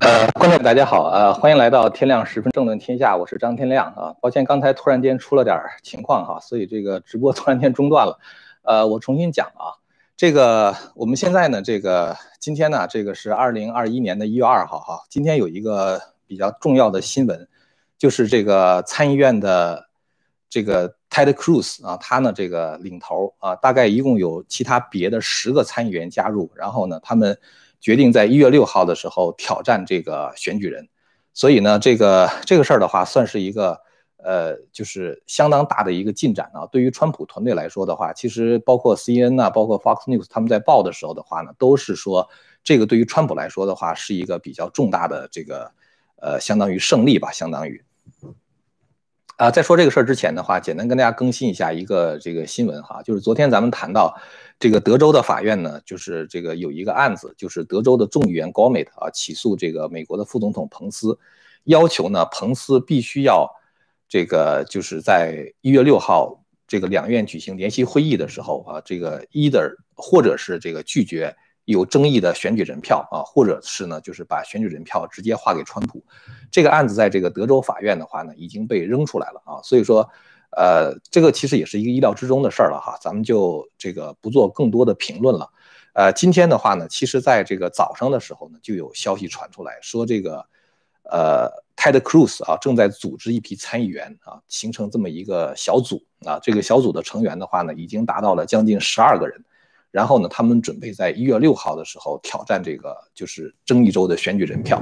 观众大家好，欢迎来到天亮10分政论天下，我是张天亮啊。抱歉，刚才突然间出了点情况哈，所以这个直播突然间中断了。我重新讲啊，这个我们现在呢，今天呢，这个是2021年的1月2号哈。今天有一个比较重要的新闻，就是这个参议院的这个 Ted Cruz 啊，他呢这个领头啊，大概一共有其他别的10个参议员加入，然后呢他们决定在1月6号的时候挑战这个选举人，所以呢，这个事儿的话，算是一个就是相当大的一个进展啊。对于川普团队来说的话，其实包括 CNN 啊，包括 Fox News 他们在报的时候的话呢，都是说这个对于川普来说的话，是一个比较重大的这个相当于胜利吧，相当于。在说这个事儿之前的话，简单跟大家更新一下一个这个新闻哈，就是昨天咱们谈到这个德州的法院呢，就是这个有一个案子，就是德州的众议员 Gohmert 啊起诉这个美国的副总统彭斯，要求呢彭斯必须要这个就是在1月6号这个两院举行联席会议的时候啊，这个 either 或者是这个拒绝有争议的选举人票啊，或者是呢，就是把选举人票直接划给川普。这个案子在这个德州法院的话呢，已经被扔出来了啊，所以说，这个其实也是一个意料之中的事儿了哈，咱们就这个不做更多的评论了。今天的话呢，其实在这个早上的时候呢，就有消息传出来说这个Ted Cruz 啊正在组织一批参议员啊，形成这么一个小组啊，这个小组的成员的话呢，已经达到了将近12个人。然后呢，他们准备在1月6号的时候挑战这个就是争议州的选举人票。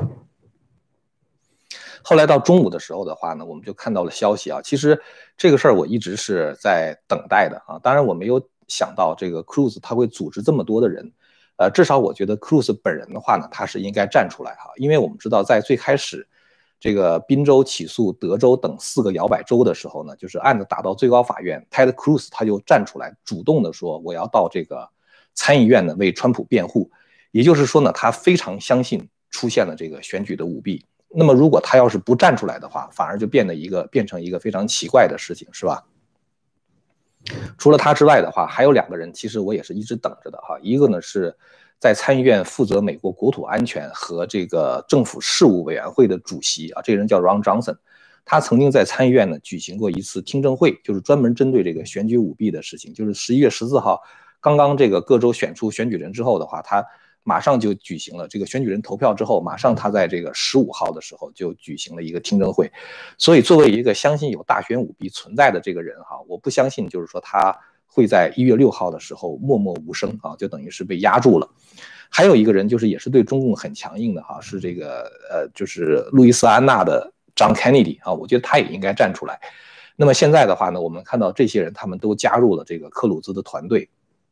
后来到中午的时候的话呢，我们就看到了消息啊，其实这个事儿我一直是在等待的啊。当然我没有想到这个 Cruz 他会组织这么多的人，至少我觉得 Cruz 本人的话呢，他是应该站出来哈，因为我们知道在最开始这个宾州起诉德州等4个摇摆州的时候呢，就是案子打到最高法院 ，Ted Cruz 他就站出来主动的说我要到这个参议院呢为川普辩护，也就是说呢，他非常相信出现了这个选举的舞弊。那么如果他要是不站出来的话，反而就变成一个非常奇怪的事情，是吧？除了他之外的话，还有2个人，其实我也是一直等着的哈。一个呢是在参议院负责美国国土安全和这个政府事务委员会的主席啊，这个人叫 Ron Johnson， 他曾经在参议院呢举行过一次听证会，就是专门针对这个选举舞弊的事情。就是11月14号，刚刚这个各州选出选举人之后的话，他马上就举行了这个选举人投票之后，马上他在这个15号的时候就举行了一个听证会。所以作为一个相信有大选舞弊存在的这个人哈，我不相信就是说他会在1月6号的时候默默无声啊，就等于是被压住了。还有一个人就是也是对中共很强硬的哈，是这个就是路易斯安那的 John Kennedy 啊，我觉得他也应该站出来。那么现在的话呢，我们看到这些人他们都加入了这个克鲁兹的团队。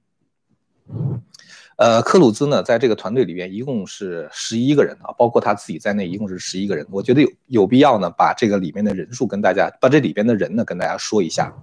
克鲁兹呢，在这个团队里边一共是11个人啊，包括他自己在内，一共是11个人。我觉得有必要呢，把这个里面的人数跟大家，把这里边的人呢跟大家说一下。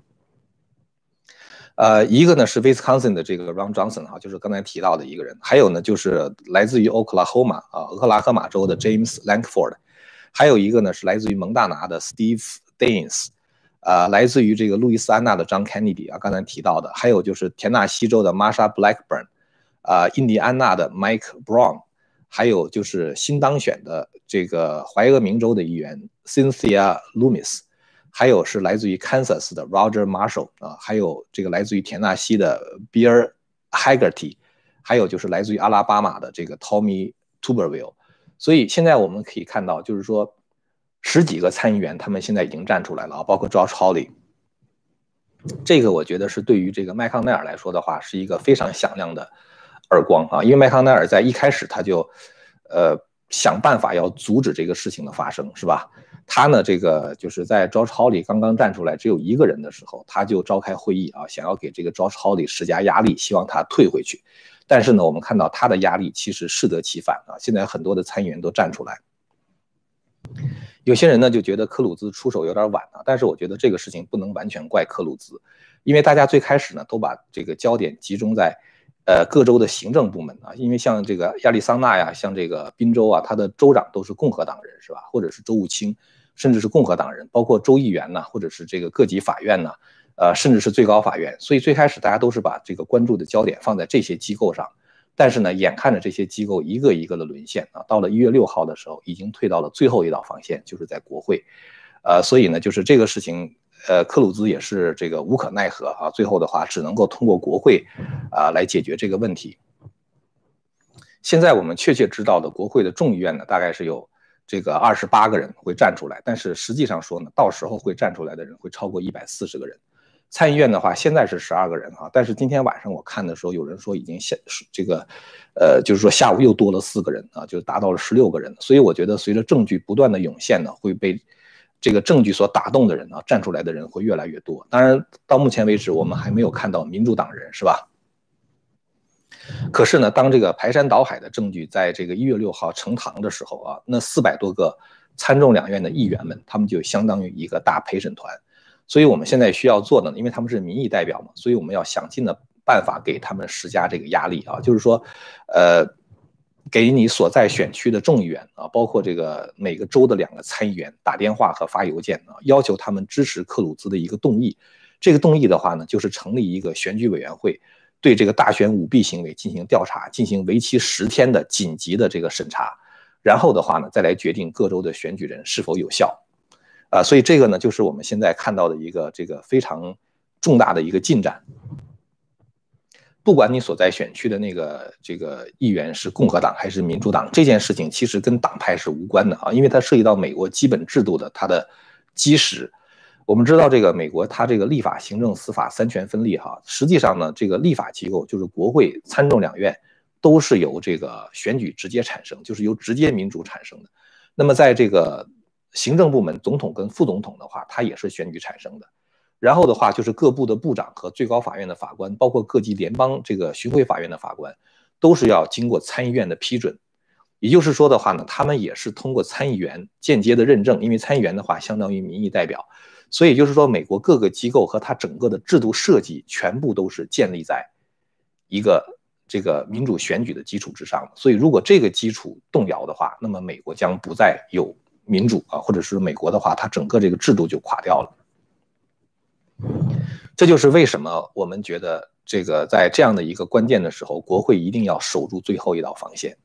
一个呢是 Wisconsin 的这个 Ron Johnson 哈，就是刚才提到的一个人，还有呢就是来自于俄克拉荷马州的 James Lankford， 还有一个呢是来自于蒙大拿的 Steve Daines， 来自于这个路易斯安那的 John Kennedy 啊，刚才提到的，还有就是田纳西州的 Marsha Blackburn。印第安纳的 Mike Brown， 还有就是新当选的这个怀俄明州的议员 Cynthia Lummis， 还有是来自于 Kansas 的 Roger Marshall 啊，还有这个来自于田纳西的 Bill Hagerty， 还有就是来自于阿拉巴马的这个 Tommy Tuberville。所以现在我们可以看到，就是说10几个参议员他们现在已经站出来了啊，包括 Josh Hawley。这个我觉得是对于这个麦康奈尔来说的话，是一个非常响亮的耳光啊，因为麦康奈尔在一开始他就想办法要阻止这个事情的发生，是吧？他呢这个就是在 Josh Hawley 刚刚站出来只有1个人的时候，他就召开会议啊，想要给这个 Josh Hawley 施加压力，希望他退回去。但是呢，我们看到他的压力其实适得其反啊，现在很多的参议员都站出来。有些人呢就觉得克鲁兹出手有点晚啊，但是我觉得这个事情不能完全怪克鲁兹，因为大家最开始呢都把这个焦点集中在各州的行政部门啊，因为像这个亚利桑那呀，像这个宾州啊，他的州长都是共和党人，是吧？或者是州务卿，甚至是共和党人，包括州议员呢，或者是这个各级法院呢，甚至是最高法院。所以最开始大家都是把这个关注的焦点放在这些机构上， 但是呢，眼看着这些机构一个一个的沦陷啊，到了1月6号的时候，已经退到了最后一道防线，就是在国会。所以呢，就是这个事情，克鲁兹也是这个无可奈何啊，最后的话只能够通过国会来解决这个问题。现在我们确切知道的国会的众议院呢，大概是有这个28个人会站出来，但是实际上说呢，到时候会站出来的人会超过140个人。参议院的话，现在是12个人啊，但是今天晚上我看的时候，有人说已经就是说下午又多了4个人啊，就达到了16个人。所以我觉得随着证据不断的涌现呢，会被这个证据所打动的人啊，站出来的人会越来越多。当然，到目前为止，我们还没有看到民主党人，是吧？可是呢，当这个排山倒海的证据在这个1月6号呈堂的时候啊，那400多个参众两院的议员们，他们就相当于一个大陪审团。所以我们现在需要做的呢，因为他们是民意代表嘛，所以我们要想尽的办法给他们施加这个压力啊，就是说，给你所在选区的众议员啊，包括这个每个州的2个参议员打电话和发邮件啊，要求他们支持克鲁兹的一个动议。这个动议的话呢，就是成立一个选举委员会，对这个大选舞弊行为进行调查，进行为期10天的紧急的这个审查，然后的话呢，再来决定各州的选举人是否有效。所以这个呢，就是我们现在看到的一个这个非常重大的一个进展。不管你所在选区的这个议员是共和党还是民主党，这件事情其实跟党派是无关的啊，因为它涉及到美国基本制度的它的基石。我们知道这个美国它这个立法、行政、司法3权分立哈，实际上呢，这个立法机构就是国会、参众两院都是由这个选举直接产生，就是由直接民主产生的。那么在这个行政部门，总统跟副总统的话，它也是选举产生的。然后的话，就是各部的部长和最高法院的法官，包括各级联邦这个巡回法院的法官，都是要经过参议院的批准。也就是说的话呢，他们也是通过参议员间接的认证，因为参议员的话相当于民意代表，所以就是说，美国各个机构和它整个的制度设计，全部都是建立在一个这个民主选举的基础之上的。所以，如果这个基础动摇的话，那么美国将不再有民主啊，或者是美国的话，它整个这个制度就垮掉了。这就是为什么我们觉得这个在这样的一个关键的时候，国会一定要守住最后一道防线。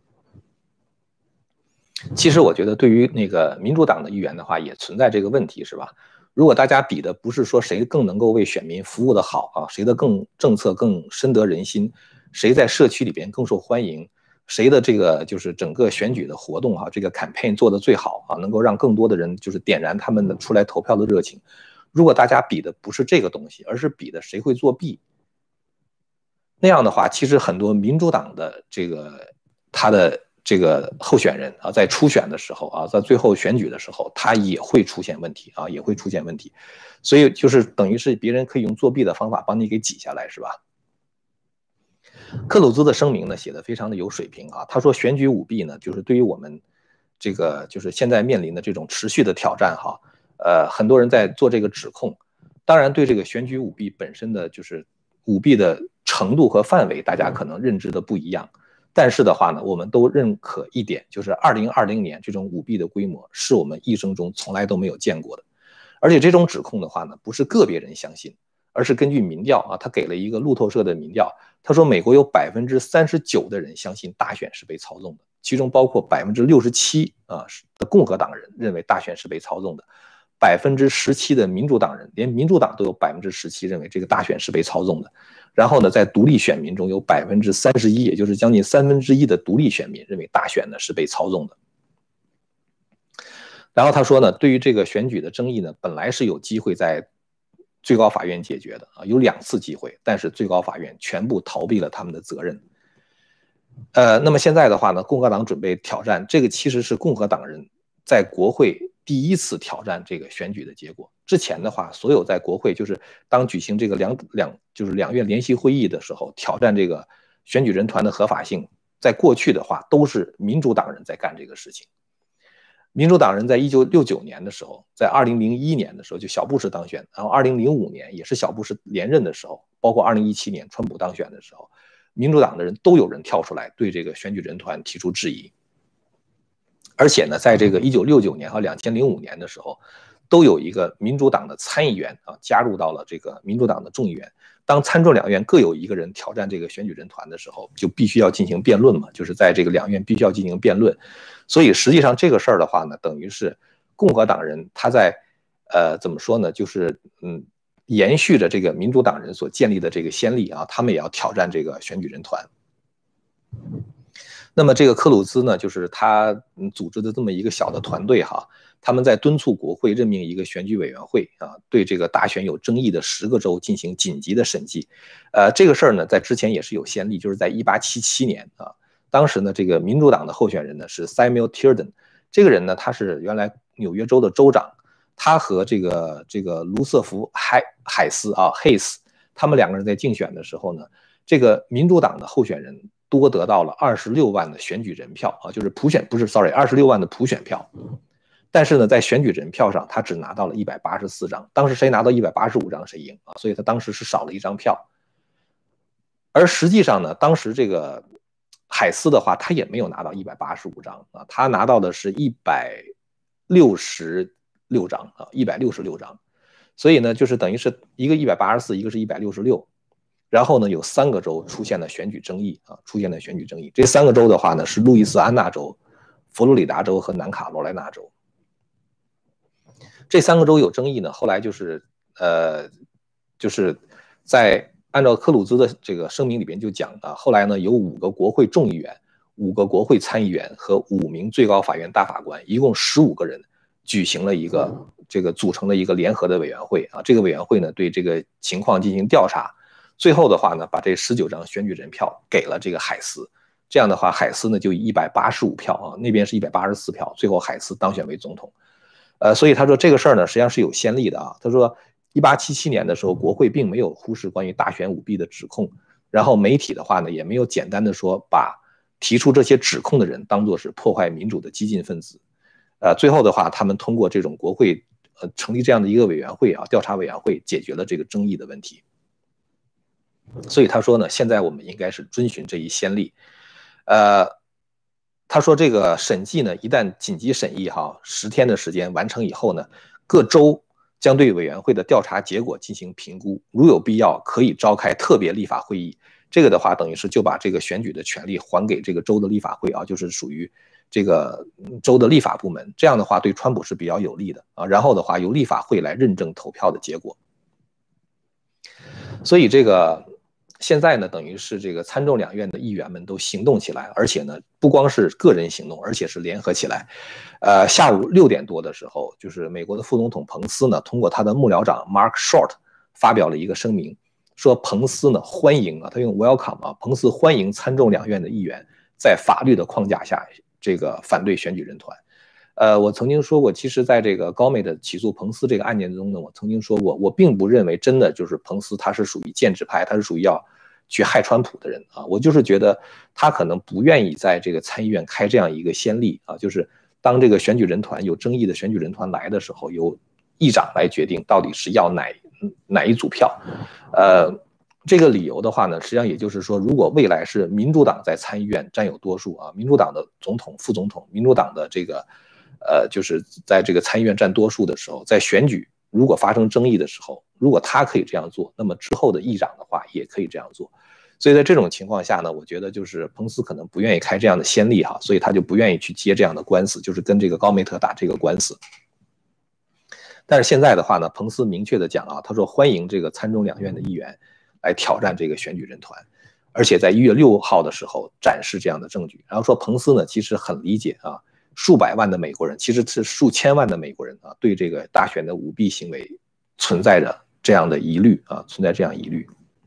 其实我觉得对于那个民主党的议员的话，也存在这个问题，是吧？如果大家比的不是说谁更能够为选民服务的好啊，谁的政策更深得人心，谁在社区里边更受欢迎，谁的这个就是整个选举的活动啊，这个 campaign 做得最好啊，能够让更多的人就是点燃他们的出来投票的热情。如果大家比的不是这个东西，而是比的谁会作弊，那样的话，其实很多民主党的他的这个候选人啊，在初选的时候啊，在最后选举的时候，他也会出现问题啊，也会出现问题。所以就是等于是别人可以用作弊的方法帮你给挤下来，是吧？克鲁兹的声明呢写的非常的有水平啊，他说选举舞弊呢，就是对于我们这个就是现在面临的这种持续的挑战哈。很多人在做这个指控，当然对这个选举舞弊本身的就是舞弊的程度和范围，大家可能认知的不一样。但是的话呢，我们都认可一点，就是2020年这种舞弊的规模是我们一生中从来都没有见过的。而且这种指控的话呢，不是个别人相信，而是根据民调啊，他给了一个路透社的民调，他说美国有39%的人相信大选是被操纵的，其中包括67%的共和党人认为大选是被操纵的。17%的民主党人，连民主党都有17%认为这个大选是被操纵的。然后呢，在独立选民中有31%，也就是将近1/3的独立选民认为大选呢是被操纵的。然后他说呢，对于这个选举的争议呢，本来是有机会在最高法院解决的啊，有2次机会，但是最高法院全部逃避了他们的责任。那么现在的话呢，共和党准备挑战，这个其实是共和党人在国会第一次挑战这个选举的结果。之前的话，所有在国会就是当举行这个两院联席会议的时候，挑战这个选举人团的合法性，在过去的话都是民主党人在干这个事情。民主党人在1969年的时候，在2001年的时候就小布什当选，然后2005年也是小布什连任的时候，包括2017年川普当选的时候，民主党的人都有人跳出来对这个选举人团提出质疑。而且呢，在这个1969年和2005年的时候， 都有一个民主党的参议员啊加入到了这个民主党的众议员。当参众两院各有一个人挑战这个选举人团的时候，就必须要进行辩论嘛，就是在这个两院必须要进行辩论。所以实际上这个事儿的话呢，等于是共和党人他在怎么说呢，就是延续着这个民主党人所建立的这个先例啊，他们也要挑战这个选举人团。那么这个克鲁兹呢，就是他组织的这么一个小的团队哈，他们在敦促国会任命一个选举委员会啊，对这个大选有争议的10个州进行紧急的审计。这个事儿呢，在之前也是有先例，就是在1877年啊，当时呢，这个民主党的候选人呢是 Samuel Tilden， 这个人呢，他是原来纽约州的州长，他和这个卢瑟福海斯啊 Hayes， 他们2个人在竞选的时候呢，这个民主党的候选人多得到了26万的选举人票啊，就是26万的普选票。但是呢，在选举人票上，他只拿到了184张。当时谁拿到185张谁赢啊，所以他当时是少了1张票。而实际上呢，当时这个海斯的话，他也没有拿到185张啊，他拿到的是166张啊，166张。所以呢，就是等于是一个184，一个是166。然后呢，有3个州出现了选举争议啊，这3个州的话呢，是路易斯安那州、佛罗里达州和南卡罗来纳州。这3个州有争议呢，后来就是在按照克鲁兹的这个声明里边就讲啊，后来呢有5个国会众议员、5个国会参议员和5名最高法院大法官，一共15个人举行了一个组成了一个联合的委员会啊，这个委员会呢对这个情况进行调查。最后的话呢，把这19张选举人票给了这个海斯，这样的话，海斯呢就以185票啊，那边是184票，最后海斯当选为总统。所以他说这个事儿呢，实际上是有先例的啊。他说，1877年的时候，国会并没有忽视关于大选舞弊的指控，然后媒体的话呢，也没有简单的说把提出这些指控的人当作是破坏民主的激进分子。最后的话，他们通过这种国会成立这样的一个委员会啊，调查委员会解决了这个争议的问题。所以他说呢，现在我们应该是遵循这一先例。他说这个审计呢，一旦紧急审议10天的时间完成以后呢，各州将对委员会的调查结果进行评估，如有必要可以召开特别立法会议。这个的话，等于是就把这个选举的权利还给这个州的立法会啊，就是属于这个州的立法部门。这样的话对川普是比较有利的啊。然后的话由立法会来认证投票的结果。所以这个现在呢，等于是这个参众两院的议员们都行动起来，而且呢，不光是个人行动，而且是联合起来。下午6点多的时候，就是美国的副总统彭斯呢，通过他的幕僚长 Mark Short 发表了一个声明，说彭斯呢欢迎啊，他用 welcome 啊，彭斯欢迎参众两院的议员在法律的框架下这个反对选举人团。我曾经说过，其实在这个高美的起诉彭斯这个案件中呢，我曾经说过，我并不认为真的就是彭斯他是属于建制派，他是属于要去害川普的人啊。我就是觉得他可能不愿意在这个参议院开这样一个先例啊，就是当这个选举人团有争议的选举人团来的时候，由议长来决定到底是要哪一组票。这个理由的话呢，实际上也就是说，如果未来是民主党在参议院占有多数啊，民主党的总统、副总统，民主党的这个就是在这个参议院占多数的时候，在选举如果发生争议的时候，如果他可以这样做，那么之后的议长的话也可以这样做。所以在这种情况下呢，我觉得就是彭斯可能不愿意开这样的先例哈，所以他就不愿意去接这样的官司，就是跟这个高梅特打这个官司。但是现在的话呢，彭斯明确的讲啊，他说欢迎这个参众两院的议员来挑战这个选举人团，而且在1月6号的时候展示这样的证据。然后说彭斯呢，其实很理解啊，数百万的美国人，其实是数千万的美国人啊，对这个大选的舞弊行为存在着这样的疑虑啊，存在这样疑虑。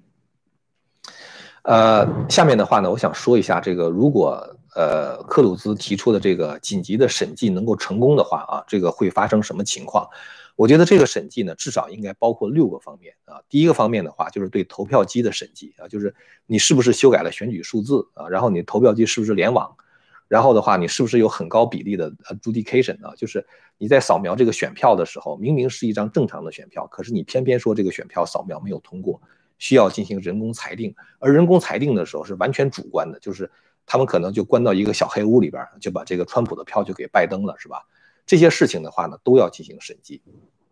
下面的话呢，我想说一下这个，如果克鲁兹提出的这个紧急的审计能够成功的话啊，这个会发生什么情况？我觉得这个审计呢，至少应该包括6个方面啊。第一个方面的话，就是对投票机的审计啊，就是你是不是修改了选举数字啊，然后你投票机是不是联网，然后的话你是不是有很高比例的adjudication啊，就是你在扫描这个选票的时候，明明是一张正常的选票，可是你偏偏说这个选票扫描没有通过，需要进行人工裁定，而人工裁定的时候是完全主观的，就是他们可能就关到一个小黑屋里边，就把这个川普的票就给拜登了，是吧？这些事情的话呢，都要进行审计。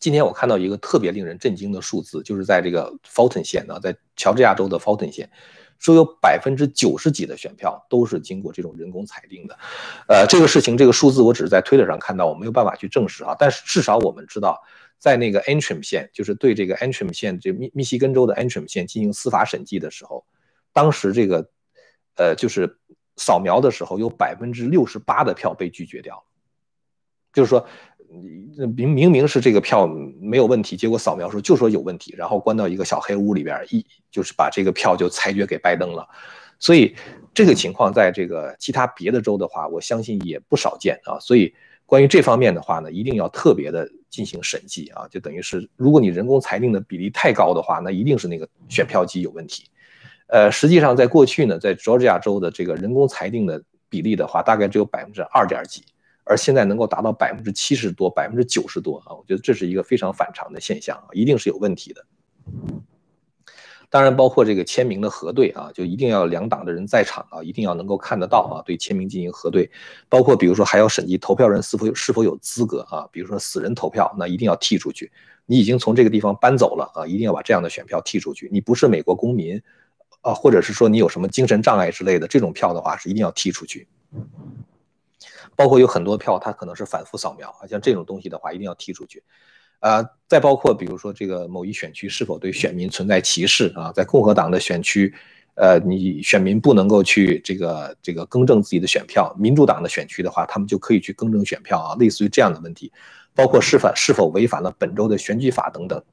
今天我看到一个特别令人震惊的数字，就是在这个 Fulton 县呢，在乔治亚州的 Fulton 县，说有90%几的选票都是经过这种人工裁定的。这个事情这个数字我只是在推特上看到，我没有办法去证实啊。但是至少我们知道，在那个 Antrim 县，就是对这个 Antrim 县，这密西根州的 Antrim 县进行司法审计的时候，当时这个就是扫描的时候有68%的票被拒绝掉了，就是说。明明是这个票没有问题，结果扫描时候就说有问题，然后关到一个小黑屋里边，就是把这个票就裁决给拜登了。所以这个情况在这个其他别的州的话，我相信也不少见啊。所以关于这方面的话呢，一定要特别的进行审计啊，就等于是如果你人工裁定的比例太高的话，那一定是那个选票机有问题。实际上在过去呢，在乔治亚州的这个人工裁定的比例的话，大概只有2.几%。而现在能够达到70%多、90%多啊，我觉得这是一个非常反常的现象啊，一定是有问题的。当然，包括这个签名的核对啊，就一定要两党的人在场啊，一定要能够看得到啊，对签名进行核对。包括比如说还要审计投票人是否有资格啊，比如说死人投票，那一定要剔出去。你已经从这个地方搬走了啊，一定要把这样的选票剔出去。你不是美国公民啊，或者是说你有什么精神障碍之类的，这种票的话是一定要剔出去。包括有很多票，它可能是反复扫描，像这种东西的话，一定要剔出去。再包括比如说这个某一选区是否对选民存在歧视啊，在共和党的选区，你选民不能够去这个更正自己的选票，民主党的选区的话，他们就可以去更正选票啊，类似于这样的问题，包括是否违反了本州的选举法等等。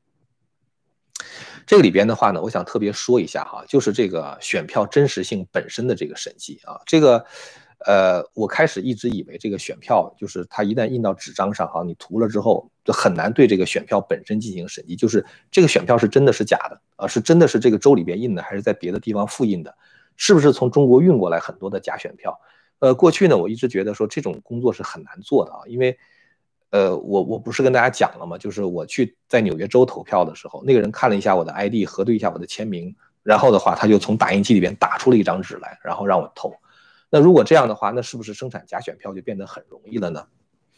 这个里边的话呢，我想特别说一下哈，就是这个选票真实性本身的这个审计啊，这个。我开始一直以为这个选票就是它一旦印到纸张上哈，你涂了之后就很难对这个选票本身进行审计，就是这个选票是真的是假的啊，是真的是这个州里边印的，还是在别的地方复印的？是不是从中国运过来很多的假选票？过去呢，我一直觉得说这种工作是很难做的啊，因为我不是跟大家讲了吗？就是我去在纽约州投票的时候，那个人看了一下我的 ID，核对一下我的签名，然后的话他就从打印机里边打出了一张纸来，然后让我投。那如果这样的话，那是不是生产假选票就变得很容易了呢？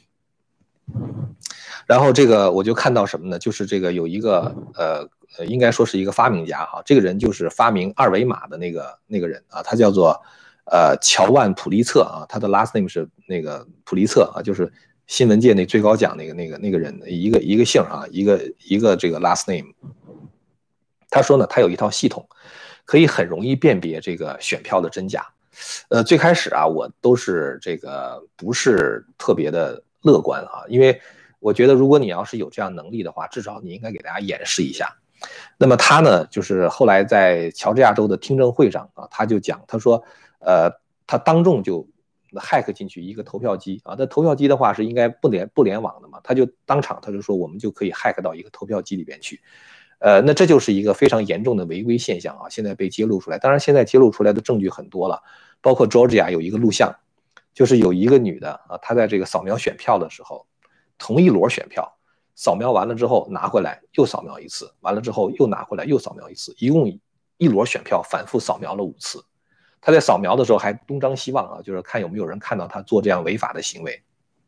然后这个我就看到什么呢？就是这个有一个应该说是一个发明家哈，这个人就是发明二维码的那个人啊，他叫做乔万普利策啊，他的 last name 是那个普利策啊，就是新闻界那最高奖那个人一个姓啊，一个这个 last name。他说呢，他有一套系统，可以很容易辨别这个选票的真假。最开始啊，我都是这个不是特别的乐观啊，因为我觉得如果你要是有这样能力的话，至少你应该给大家演示一下。那么他呢，就是后来在乔治亚州的听证会上啊，他就讲，他说，他当众就 hack 进去一个投票机啊，那投票机的话是应该不联网的嘛，他就当场他就说我们就可以 hack 到一个投票机里边去。那这就是一个非常严重的违规现象啊！现在被揭露出来，当然现在揭露出来的证据很多了，包括 Georgia 有一个录像，就是有一个女的啊，她在这个扫描选票的时候，同一摞选票扫描完了之后拿回来又扫描一次，完了之后又拿回来又扫描一次，一共一摞选票反复扫描了5次。她在扫描的时候还东张西望啊，就是看有没有人看到她做这样违法的行为。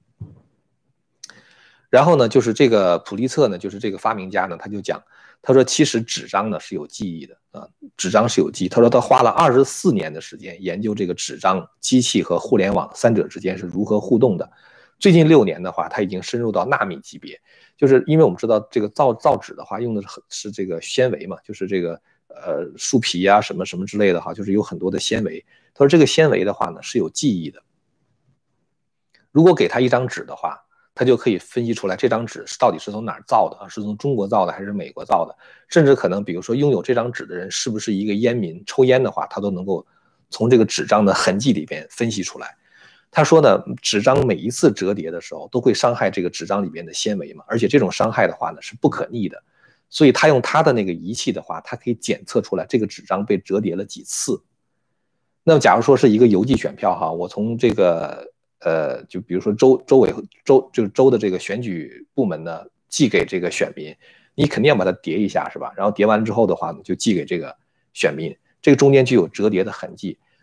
然后呢，就是这个普利策呢，就是这个发明家呢，他就讲。他说：“其实纸张呢是有记忆的啊，纸张是有记忆。他说他花了24年的时间研究这个纸张、机器和互联网三者之间是如何互动的。最近6年的话，他已经深入到纳米级别，就是因为我们知道这个造纸的话用的是这个纤维嘛，就是这个树皮啊什么什么之类的哈，就是有很多的纤维。他说这个纤维的话呢是有记忆的，如果给他一张纸的话。”他就可以分析出来这张纸到底是从哪儿造的啊？是从中国造的还是美国造的？甚至可能，比如说拥有这张纸的人是不是一个烟民，抽烟的话，他都能够从这个纸张的痕迹里边分析出来。他说呢，纸张每一次折叠的时候都会伤害这个纸张里边的纤维嘛，而且这种伤害的话呢是不可逆的。所以他用他的那个仪器的话，他可以检测出来这个纸张被折叠了几次。那么假如说是一个邮寄选票哈，我从这个。就比如说州的这个选举部门呢，寄给这个选民，你肯定要把它叠一下，是吧？然后叠完之后的话呢，就寄给这个选民，这个中间就有折叠的痕迹。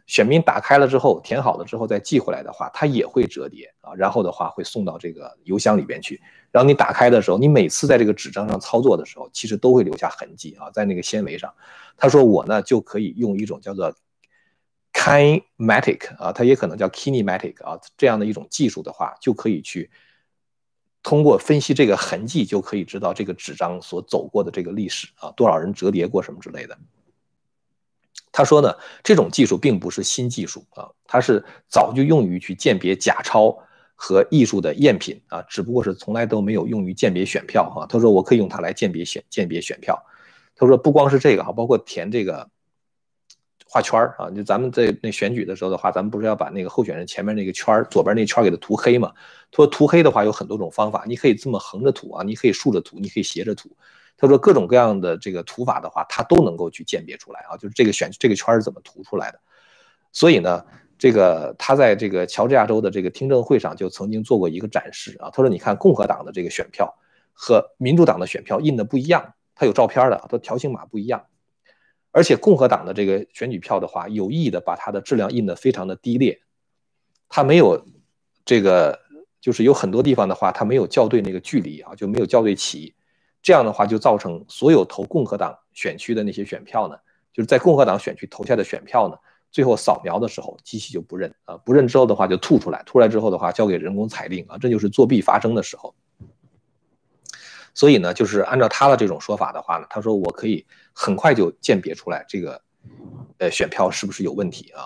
选民打开了之后，填好了之后再寄回来的话，它也会折叠啊，然后的话会送到这个邮箱里边去。然后你打开的时候，你每次在这个纸张上操作的时候，其实都会留下痕迹啊，在那个纤维上。他说我呢就可以用一种叫做 kinematic 啊，它也可能叫 kinematic 啊，这样的一种技术的话，就可以去通过分析这个痕迹，就可以知道这个纸张所走过的这个历史啊，多少人折叠过什么之类的。他说呢，这种技术并不是新技术啊，它是早就用于去鉴别假钞和艺术的赝品啊，只不过是从来都没有用于鉴别选票啊。他说我可以用它来鉴别选票。他说不光是这个哈，包括填这个画圈啊，就咱们在那选举的时候的话，咱们不是要把那个候选人前面那个圈左边那圈给它涂黑嘛？他说涂黑的话有很多种方法，你可以这么横着涂啊，你可以竖着涂，你可以斜着涂。他说各种各样的这个涂法的话，他都能够去鉴别出来啊，就是这个圈是怎么涂出来的。所以呢，这个他在这个乔治亚州的这个听证会上就曾经做过一个展示啊，他说你看共和党的这个选票和民主党的选票印的不一样，它有照片的，它条形码不一样。而且共和党的这个选举票的话，有意的把它的质量印得非常的低劣，它没有这个，就是有很多地方的话，它没有校对那个距离啊，就没有校对齐。这样的话就造成所有投共和党选区的那些选票呢，就是在共和党选区投下的选票呢，最后扫描的时候机器就不认啊，不认之后的话就吐出来，吐出来之后的话交给人工裁定啊，这就是作弊发生的时候。所以呢，就是按照他的这种说法的话呢，他说我可以很快就鉴别出来这个选票是不是有问题啊。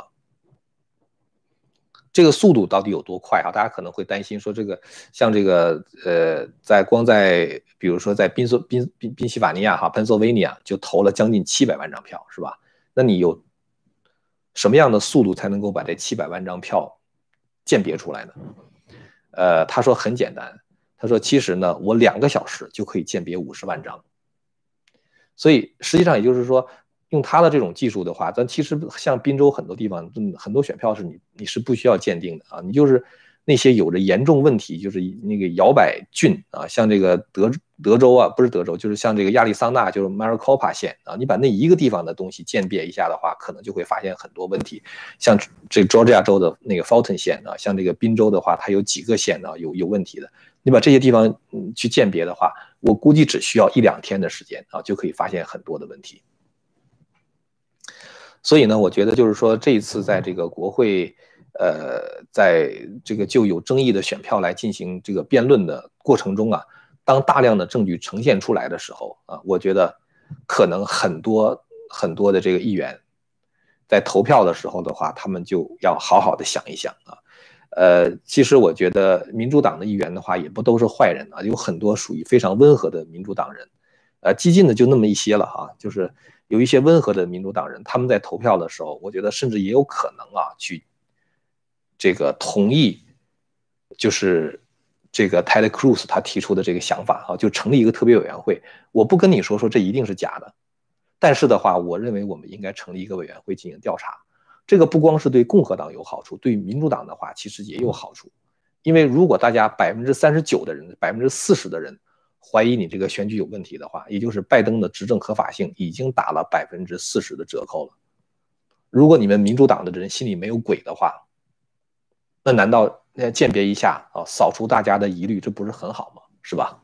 这个速度到底有多快啊？大家可能会担心说，这个像这个在比如说在宾夕法尼亚哈 Pennsylvania 就投了将近700万张票，是吧？那你有什么样的速度才能够把这700万张票鉴别出来呢？他说很简单，他说其实呢，我2个小时就可以鉴别50万张。所以实际上也就是说，用他的这种技术的话，咱其实像宾州很多地方，很多选票是你是不需要鉴定的啊，你就是那些有着严重问题，就是那个摇摆郡啊，像这个德州啊，不是德州，就是像这个亚利桑那，就是 Maricopa 县啊，你把那一个地方的东西鉴别一下的话，可能就会发现很多问题。像这 Georgia 州的那个 Fulton 县啊，像这个宾州的话，它有几个县呢有问题的。你把这些地方去鉴别的话，我估计只需要1、2天的时间啊，就可以发现很多的问题。所以呢，我觉得就是说，这一次在这个国会，在这个就有争议的选票来进行这个辩论的过程中啊，当大量的证据呈现出来的时候啊，我觉得可能很多的这个议员在投票的时候的话，他们就要好好的想一想啊。其实我觉得民主党的议员的话，也不都是坏人啊，有很多属于非常温和的民主党人，激进的就那么一些了哈，就是有一些温和的民主党人，他们在投票的时候，我觉得甚至也有可能啊，去这个同意，就是这个 Ted Cruz 他提出的这个想法啊，就成立一个特别委员会。我不跟你说这一定是假的，但是的话，我认为我们应该成立一个委员会进行调查。这个不光是对共和党有好处，对民主党的话其实也有好处，因为如果大家39%的人、40%的人怀疑你这个选举有问题的话，也就是拜登的执政合法性已经打了40%的折扣了。如果你们民主党的人心里没有鬼的话，那难道鉴别一下啊，扫除大家的疑虑，这不是很好吗？是吧？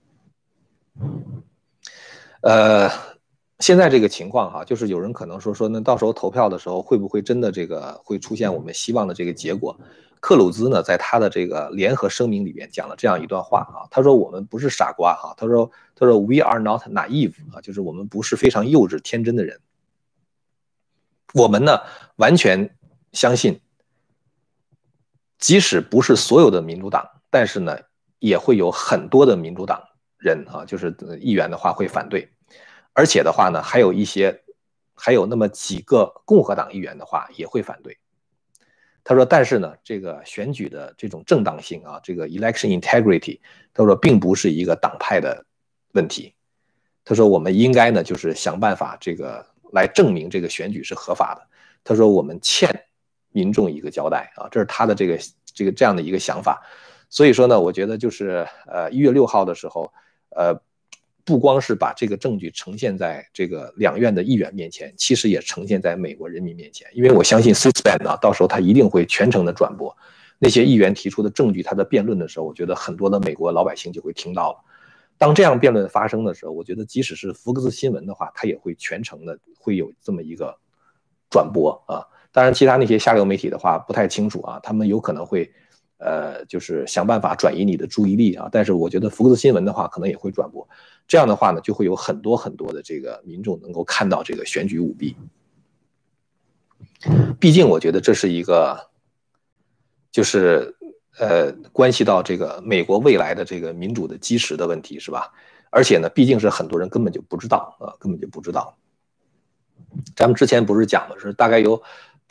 现在这个情况哈，就是有人可能说那到时候投票的时候会不会真的这个会出现我们希望的这个结果？克鲁兹呢，在他的这个联合声明里面讲了这样一段话啊，他说我们不是傻瓜哈，他说 We are not naive 啊，就是我们不是非常幼稚天真的人，我们呢完全相信，即使不是所有的民主党，但是呢也会有很多的民主党人啊，就是议员的话会反对。而且的话呢，还有那么几个共和党议员的话也会反对。他说，但是呢，这个选举的这种正当性啊，这个 election integrity， 他说并不是一个党派的问题。他说我们应该呢，就是想办法这个来证明这个选举是合法的。他说我们欠民众一个交代啊，这是他的这样的一个想法。所以说呢，我觉得就是1月6号的时候， 不光是把这个证据呈现在这个两院的议员面前，其实也呈现在美国人民面前。因为我相信 C-SPAN 呢，到时候他一定会全程的转播那些议员提出的证据，他的辩论的时候，我觉得很多的美国老百姓就会听到了。当这样辩论发生的时候，我觉得即使是福克斯新闻的话，它也会全程的会有这么一个转播啊。当然，其他那些下流媒体的话不太清楚啊，他们有可能会就是想办法转移你的注意力啊。但是我觉得福克斯新闻的话可能也会转播，这样的话呢，就会有很多很多的这个民众能够看到这个选举舞弊。毕竟我觉得这是一个就是关系到这个美国未来的这个民主的基石的问题，是吧？而且呢，毕竟是很多人根本就不知道啊，根本就不知道。咱们之前不是讲的是大概有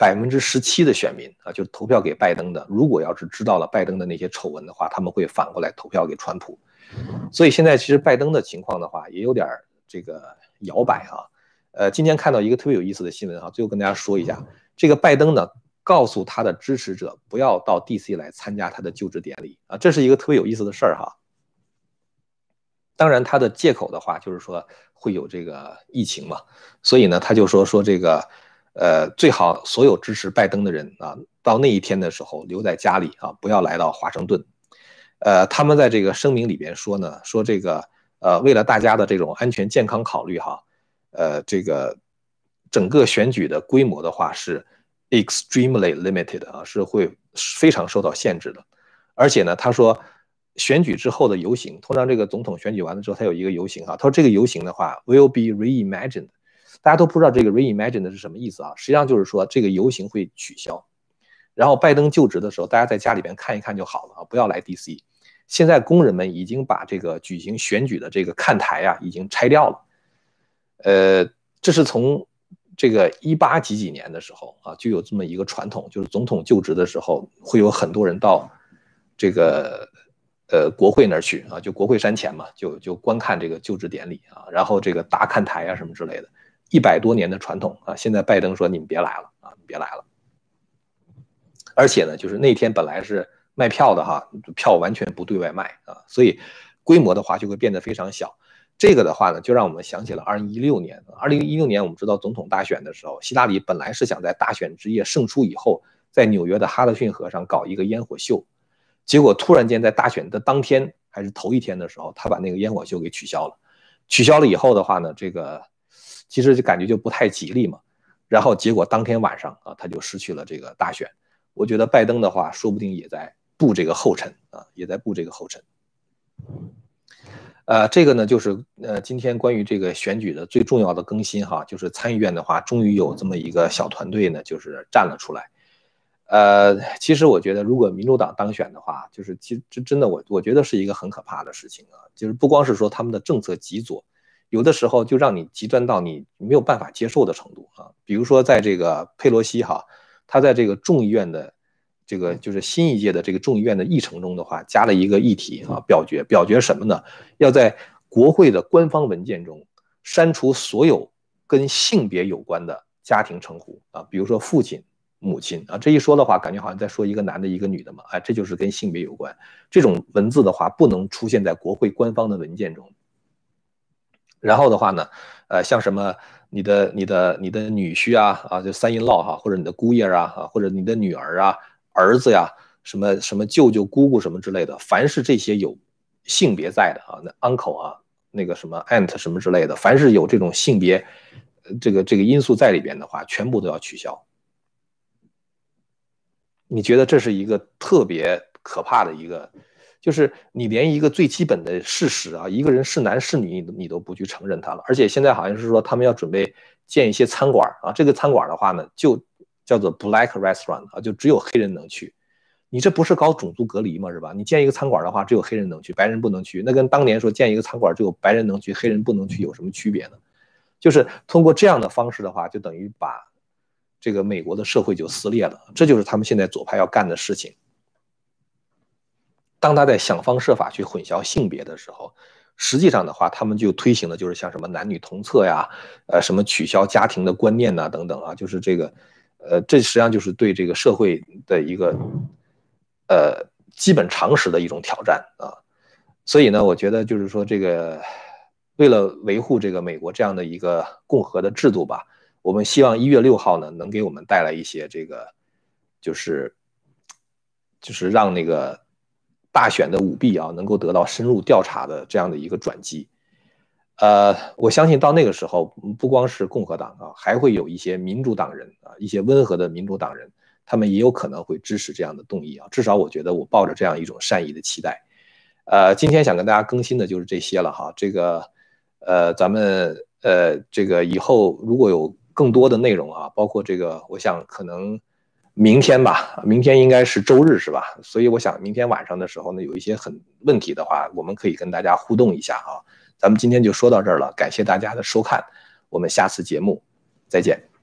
17%的选民啊，就是投票给拜登的。如果要是知道了拜登的那些丑闻的话，他们会反过来投票给川普。所以现在其实拜登的情况的话，也有点这个摇摆啊。今天看到一个特别有意思的新闻哈，最后跟大家说一下，这个拜登呢告诉他的支持者不要到 DC 来参加他的就职典礼啊，这是一个特别有意思的事儿哈。当然，他的借口的话就是说会有这个疫情嘛，所以呢，他就说这个最好所有支持拜登的人啊，到那一天的时候留在家里啊，不要来到华盛顿。他们在这个声明里边说呢，说这个为了大家的这种安全健康考虑哈，这个整个选举的规模的话是 extremely limited 啊，是会非常受到限制的。而且呢，他说选举之后的游行，通常这个总统选举完了之后，他有一个游行啊，他说这个游行的话 will be reimagined。大家都不知道这个 reimagined 是什么意思啊？实际上就是说这个游行会取消，然后拜登就职的时候，大家在家里边看一看就好了啊，不要来 DC。现在工人们已经把这个举行选举的这个看台啊已经拆掉了。这是从这个18几年的时候啊就有这么一个传统，就是总统就职的时候会有很多人到这个国会那儿去啊，就国会山前嘛，就观看这个就职典礼啊，然后这个搭看台啊什么之类的，100多年的传统啊。现在拜登说你们别来了啊，你别来了。而且呢，就是那天本来是卖票的哈，票完全不对外卖啊，所以规模的话就会变得非常小。这个的话呢，就让我们想起了2016年。2016年我们知道总统大选的时候，希拉里本来是想在大选之夜胜出以后，在纽约的哈德逊河上搞一个烟火秀，结果突然间在大选的当天还是头一天的时候，他把那个烟火秀给取消了。取消了以后的话呢，这个其实就感觉就不太吉利嘛。然后结果当天晚上啊，他就失去了这个大选。我觉得拜登的话，说不定也在步这个后尘啊，也在步这个后尘。这个呢，就是今天关于这个选举的最重要的更新哈，就是参议院的话，终于有这么一个小团队呢，就是站了出来。其实我觉得，如果民主党当选的话，就是其实真的我觉得是一个很可怕的事情啊，就是不光是说他们的政策极左，有的时候就让你极端到你没有办法接受的程度啊。比如说在这个佩洛西哈，他在这个众议院的这个就是新一届的这个众议院的议程中的话，加了一个议题啊，表决什么呢？要在国会的官方文件中删除所有跟性别有关的家庭称呼啊，比如说父亲、母亲啊，这一说的话，感觉好像在说一个男的，一个女的嘛，哎，这就是跟性别有关。这种文字的话，不能出现在国会官方的文件中。然后的话呢，像什么你的女婿啊，就三 in law 哈，或者你的姑爷啊，或者你的女儿啊、儿子呀，什么舅舅、姑姑什么之类的，凡是这些有性别在的啊，那 uncle 啊，那个什么 aunt 什么之类的，凡是有这种性别这个因素在里边的话，全部都要取消。你觉得这是一个特别可怕的一个？就是你连一个最基本的事实啊，一个人是男是女，你都不去承认他了。而且现在好像是说他们要准备建一些餐馆啊，这个餐馆的话呢，就叫做 Black Restaurant 啊，就只有黑人能去。你这不是搞种族隔离吗？是吧？你建一个餐馆的话，只有黑人能去，白人不能去，那跟当年说建一个餐馆只有白人能去，黑人不能去有什么区别呢？就是通过这样的方式的话，就等于把这个美国的社会就撕裂了。这就是他们现在左派要干的事情。当他在想方设法去混淆性别的时候，实际上的话，他们就推行的就是像什么男女同厕呀，什么取消家庭的观念呐，等等啊，就是这个，这实际上就是对这个社会的一个基本常识的一种挑战啊。所以呢，我觉得就是说这个为了维护这个美国这样的一个共和的制度吧，我们希望1月6号呢能给我们带来一些这个就是让那个大选的舞弊啊能够得到深入调查的这样的一个转机。我相信到那个时候，不光是共和党啊，还会有一些民主党人啊，一些温和的民主党人，他们也有可能会支持这样的动议啊。至少我觉得我抱着这样一种善意的期待。今天想跟大家更新的就是这些了哈。这个咱们这个以后如果有更多的内容啊，包括这个，我想可能明天吧，明天应该是周日是吧？所以我想明天晚上的时候呢，有一些很问题的话，我们可以跟大家互动一下啊。咱们今天就说到这儿了，感谢大家的收看，我们下次节目再见。